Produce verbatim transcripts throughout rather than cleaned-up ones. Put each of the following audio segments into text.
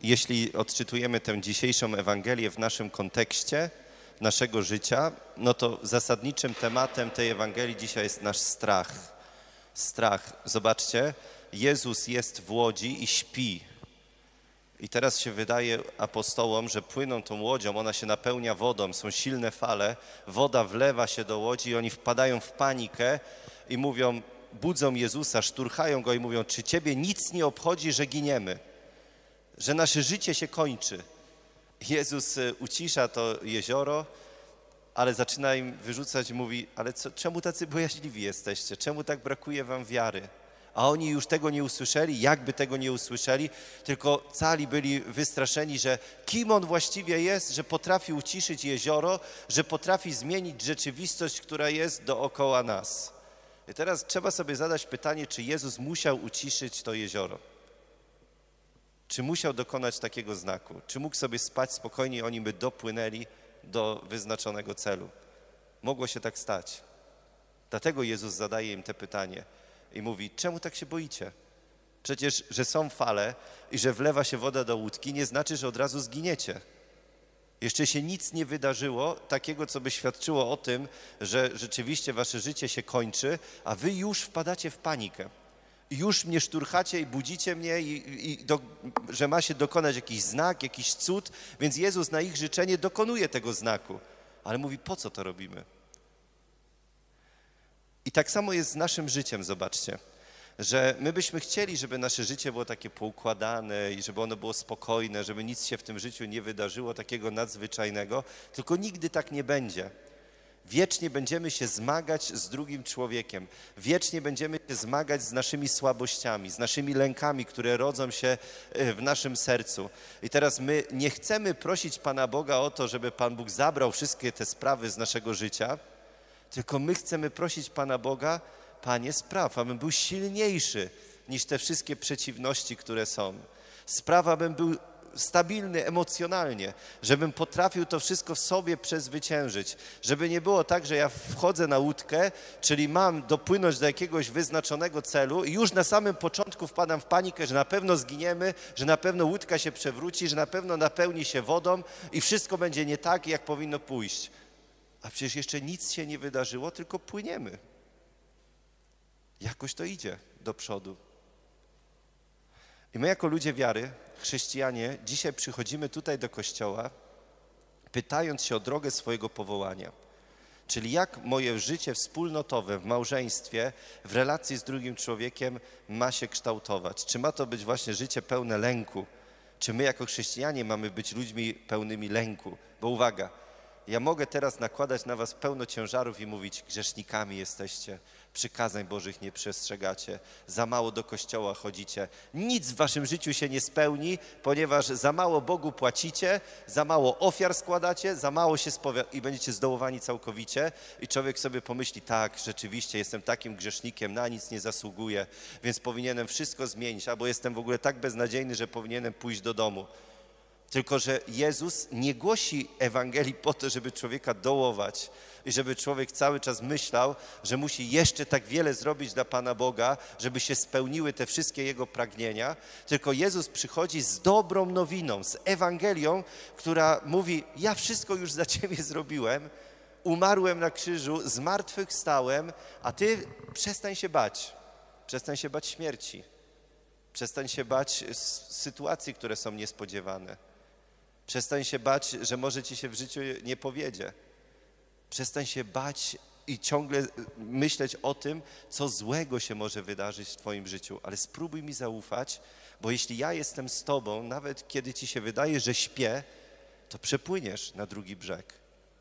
jeśli odczytujemy tę dzisiejszą Ewangelię w naszym kontekście naszego życia, no to zasadniczym tematem tej Ewangelii dzisiaj jest nasz strach. Strach. Zobaczcie, Jezus jest w łodzi i śpi. I teraz się wydaje apostołom, że płyną tą łodzią, ona się napełnia wodą, są silne fale, woda wlewa się do łodzi i oni wpadają w panikę i mówią, budzą Jezusa, szturchają Go i mówią, czy Ciebie nic nie obchodzi, że giniemy, że nasze życie się kończy. Jezus ucisza to jezioro, ale zaczyna im wyrzucać, mówi, ale co, czemu tacy bojaźliwi jesteście? Czemu tak brakuje wam wiary? A oni już tego nie usłyszeli, jakby tego nie usłyszeli, tylko cali byli wystraszeni, że kim on właściwie jest, że potrafi uciszyć jezioro, że potrafi zmienić rzeczywistość, która jest dookoła nas. I teraz trzeba sobie zadać pytanie, czy Jezus musiał uciszyć to jezioro? Czy musiał dokonać takiego znaku? Czy mógł sobie spać spokojnie i oni by dopłynęli do wyznaczonego celu? Mogło się tak stać. Dlatego Jezus zadaje im te pytanie i mówi, czemu tak się boicie? Przecież, że są fale i że wlewa się woda do łódki, nie znaczy, że od razu zginiecie. Jeszcze się nic nie wydarzyło takiego, co by świadczyło o tym, że rzeczywiście wasze życie się kończy, a wy już wpadacie w panikę. Już mnie szturchacie i budzicie mnie, i, i do, że ma się dokonać jakiś znak, jakiś cud, więc Jezus na ich życzenie dokonuje tego znaku. Ale mówi, po co to robimy? I tak samo jest z naszym życiem, zobaczcie, że my byśmy chcieli, żeby nasze życie było takie poukładane i żeby ono było spokojne, żeby nic się w tym życiu nie wydarzyło takiego nadzwyczajnego, tylko nigdy tak nie będzie. Wiecznie będziemy się zmagać z drugim człowiekiem. Wiecznie będziemy się zmagać z naszymi słabościami, z naszymi lękami, które rodzą się w naszym sercu. I teraz my nie chcemy prosić Pana Boga o to, żeby Pan Bóg zabrał wszystkie te sprawy z naszego życia, tylko my chcemy prosić Pana Boga, Panie, spraw, abym był silniejszy niż te wszystkie przeciwności, które są. Spraw, abym był stabilny emocjonalnie, żebym potrafił to wszystko w sobie przezwyciężyć, żeby nie było tak, że ja wchodzę na łódkę, czyli mam dopłynąć do jakiegoś wyznaczonego celu i już na samym początku wpadam w panikę, że na pewno zginiemy, że na pewno łódka się przewróci, że na pewno napełni się wodą i wszystko będzie nie tak, jak powinno pójść. A przecież jeszcze nic się nie wydarzyło, tylko płyniemy. Jakoś to idzie do przodu. I my jako ludzie wiary, chrześcijanie, dzisiaj przychodzimy tutaj do Kościoła, pytając się o drogę swojego powołania. Czyli jak moje życie wspólnotowe w małżeństwie, w relacji z drugim człowiekiem ma się kształtować. Czy ma to być właśnie życie pełne lęku? Czy my jako chrześcijanie mamy być ludźmi pełnymi lęku? Bo uwaga, ja mogę teraz nakładać na was pełno ciężarów i mówić, grzesznikami jesteście, przykazań Bożych nie przestrzegacie, za mało do kościoła chodzicie. Nic w waszym życiu się nie spełni, ponieważ za mało Bogu płacicie, za mało ofiar składacie, za mało się spowiadacie i będziecie zdołowani całkowicie. I człowiek sobie pomyśli, tak, rzeczywiście jestem takim grzesznikiem, na nic nie zasługuję, więc powinienem wszystko zmienić, albo jestem w ogóle tak beznadziejny, że powinienem pójść do domu. Tylko że Jezus nie głosi Ewangelii po to, żeby człowieka dołować i żeby człowiek cały czas myślał, że musi jeszcze tak wiele zrobić dla Pana Boga, żeby się spełniły te wszystkie jego pragnienia. Tylko Jezus przychodzi z dobrą nowiną, z Ewangelią, która mówi, ja wszystko już za Ciebie zrobiłem, umarłem na krzyżu, zmartwychwstałem, a Ty przestań się bać. Przestań się bać śmierci. Przestań się bać sytuacji, które są niespodziewane. Przestań się bać, że może ci się w życiu nie powiedzie. Przestań się bać i ciągle myśleć o tym, co złego się może wydarzyć w twoim życiu. Ale spróbuj mi zaufać, bo jeśli ja jestem z tobą, nawet kiedy ci się wydaje, że śpię, to przepłyniesz na drugi brzeg.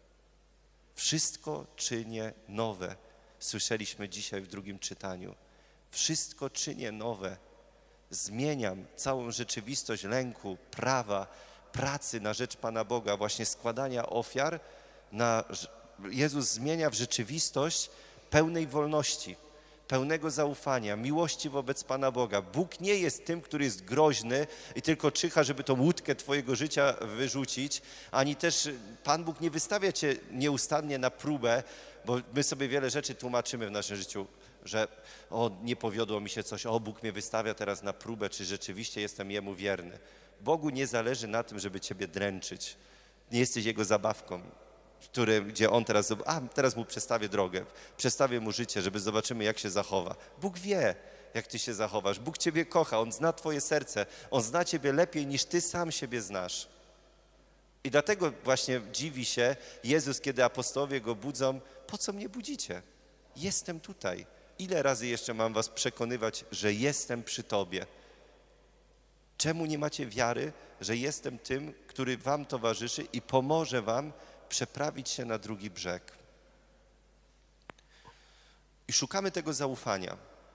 Wszystko czynię nowe. Słyszeliśmy dzisiaj w drugim czytaniu. Wszystko czynię nowe. Zmieniam całą rzeczywistość lęku, prawa, pracy na rzecz Pana Boga, właśnie składania ofiar. Na, Jezus zmienia w rzeczywistość pełnej wolności, pełnego zaufania, miłości wobec Pana Boga. Bóg nie jest tym, który jest groźny i tylko czyha, żeby tą łódkę twojego życia wyrzucić, ani też Pan Bóg nie wystawia cię nieustannie na próbę, bo my sobie wiele rzeczy tłumaczymy w naszym życiu, że o, nie powiodło mi się coś, o, Bóg mnie wystawia teraz na próbę, czy rzeczywiście jestem Jemu wierny. Bogu nie zależy na tym, żeby ciebie dręczyć. Nie jesteś Jego zabawką, który, gdzie On teraz, a teraz Mu przestawię drogę, przestawię Mu życie, żeby zobaczymy, jak się zachowa. Bóg wie, jak ty się zachowasz. Bóg ciebie kocha, On zna twoje serce. On zna ciebie lepiej, niż ty sam siebie znasz. I dlatego właśnie dziwi się Jezus, kiedy apostołowie Go budzą, po co mnie budzicie? Jestem tutaj. Ile razy jeszcze mam was przekonywać, że jestem przy tobie? Czemu nie macie wiary, że jestem tym, który wam towarzyszy i pomoże wam przeprawić się na drugi brzeg? I szukamy tego zaufania.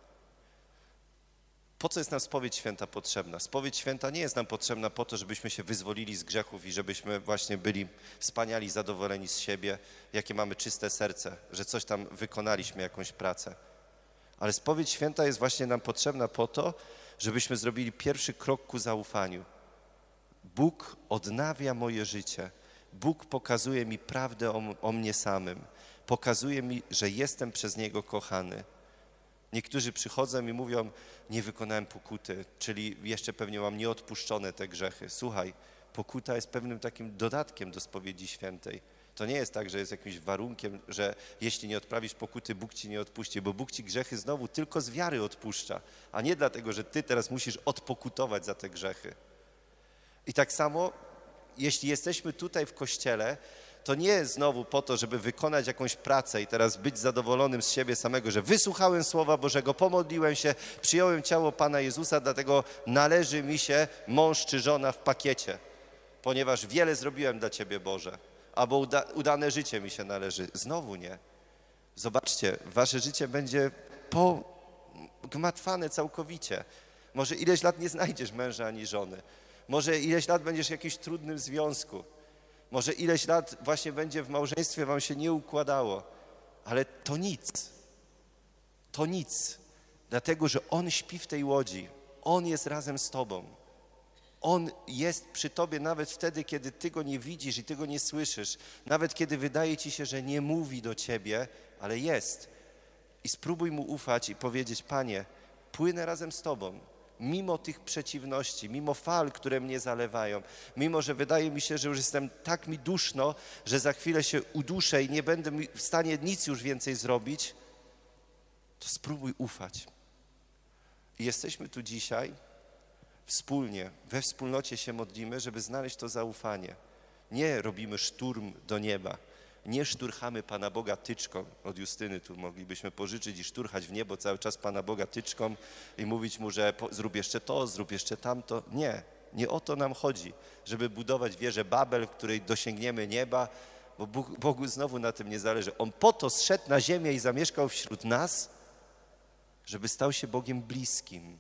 Po co jest nam spowiedź święta potrzebna? Spowiedź święta nie jest nam potrzebna po to, żebyśmy się wyzwolili z grzechów i żebyśmy właśnie byli wspaniali, zadowoleni z siebie, jakie mamy czyste serce, że coś tam wykonaliśmy, jakąś pracę. Ale spowiedź święta jest właśnie nam potrzebna po to, żebyśmy zrobili pierwszy krok ku zaufaniu. Bóg odnawia moje życie. Bóg pokazuje mi prawdę o, o mnie samym. Pokazuje mi, że jestem przez Niego kochany. Niektórzy przychodzą i mówią, nie wykonałem pokuty, czyli jeszcze pewnie mam nieodpuszczone te grzechy. Słuchaj, pokuta jest pewnym takim dodatkiem do spowiedzi świętej. To nie jest tak, że jest jakimś warunkiem, że jeśli nie odprawisz pokuty, Bóg ci nie odpuści, bo Bóg ci grzechy znowu tylko z wiary odpuszcza, a nie dlatego, że ty teraz musisz odpokutować za te grzechy. I tak samo, jeśli jesteśmy tutaj w Kościele, to nie znowu po to, żeby wykonać jakąś pracę i teraz być zadowolonym z siebie samego, że wysłuchałem Słowa Bożego, pomodliłem się, przyjąłem ciało Pana Jezusa, dlatego należy mi się mąż czy żona w pakiecie, ponieważ wiele zrobiłem dla Ciebie, Boże, albo uda, udane życie mi się należy. Znowu nie. Zobaczcie, wasze życie będzie pogmatwane całkowicie. Może ileś lat nie znajdziesz męża ani żony. Może ileś lat będziesz w jakimś trudnym związku. Może ileś lat właśnie będzie w małżeństwie wam się nie układało. Ale to nic. To nic. Dlatego, że On śpi w tej łodzi. On jest razem z tobą. On jest przy tobie nawet wtedy, kiedy ty Go nie widzisz i ty Go nie słyszysz. Nawet kiedy wydaje ci się, że nie mówi do ciebie, ale jest. I spróbuj Mu ufać i powiedzieć, Panie, płynę razem z Tobą. Mimo tych przeciwności, mimo fal, które mnie zalewają, mimo, że wydaje mi się, że już jestem tak mi duszno, że za chwilę się uduszę i nie będę w stanie nic już więcej zrobić, to spróbuj ufać. I jesteśmy tu dzisiaj wspólnie, we wspólnocie się modlimy, żeby znaleźć to zaufanie. Nie robimy szturm do nieba, nie szturchamy Pana Boga tyczką. Od Justyny tu moglibyśmy pożyczyć i szturchać w niebo cały czas Pana Boga tyczką i mówić Mu, że po, zrób jeszcze to, zrób jeszcze tamto. Nie, nie o to nam chodzi, żeby budować wieżę Babel, w której dosięgniemy nieba, bo Bóg, Bogu znowu na tym nie zależy. On po to zszedł na ziemię i zamieszkał wśród nas, żeby stał się Bogiem bliskim.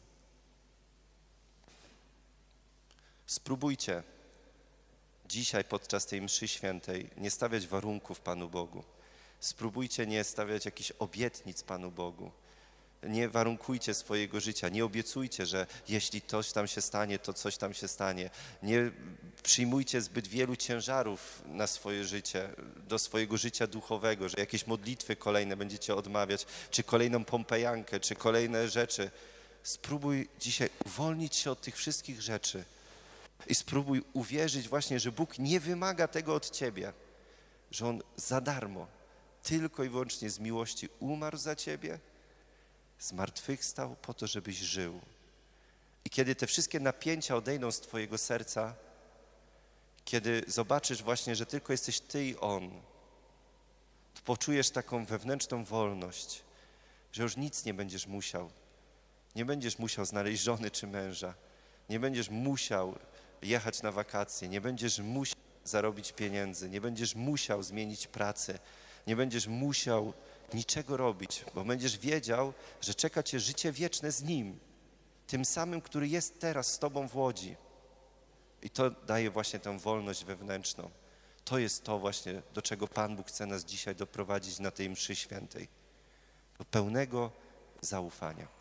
Spróbujcie dzisiaj podczas tej mszy świętej nie stawiać warunków Panu Bogu. Spróbujcie nie stawiać jakichś obietnic Panu Bogu. Nie warunkujcie swojego życia, nie obiecujcie, że jeśli coś tam się stanie, to coś tam się stanie. Nie przyjmujcie zbyt wielu ciężarów na swoje życie, do swojego życia duchowego, że jakieś modlitwy kolejne będziecie odmawiać, czy kolejną pompejankę, czy kolejne rzeczy. Spróbuj dzisiaj uwolnić się od tych wszystkich rzeczy. I spróbuj uwierzyć właśnie, że Bóg nie wymaga tego od ciebie, że On za darmo, tylko i wyłącznie z miłości umarł za ciebie, zmartwychwstał po to, żebyś żył. I kiedy te wszystkie napięcia odejdą z twojego serca, kiedy zobaczysz właśnie, że tylko jesteś ty i On, to poczujesz taką wewnętrzną wolność, że już nic nie będziesz musiał. Nie będziesz musiał znaleźć żony czy męża. Nie będziesz musiał jechać na wakacje, nie będziesz musiał zarobić pieniędzy, nie będziesz musiał zmienić pracy, nie będziesz musiał niczego robić, bo będziesz wiedział, że czeka cię życie wieczne z Nim, tym samym, który jest teraz z tobą w łodzi. I to daje właśnie tę wolność wewnętrzną. To jest to właśnie, do czego Pan Bóg chce nas dzisiaj doprowadzić na tej mszy świętej. Do pełnego zaufania.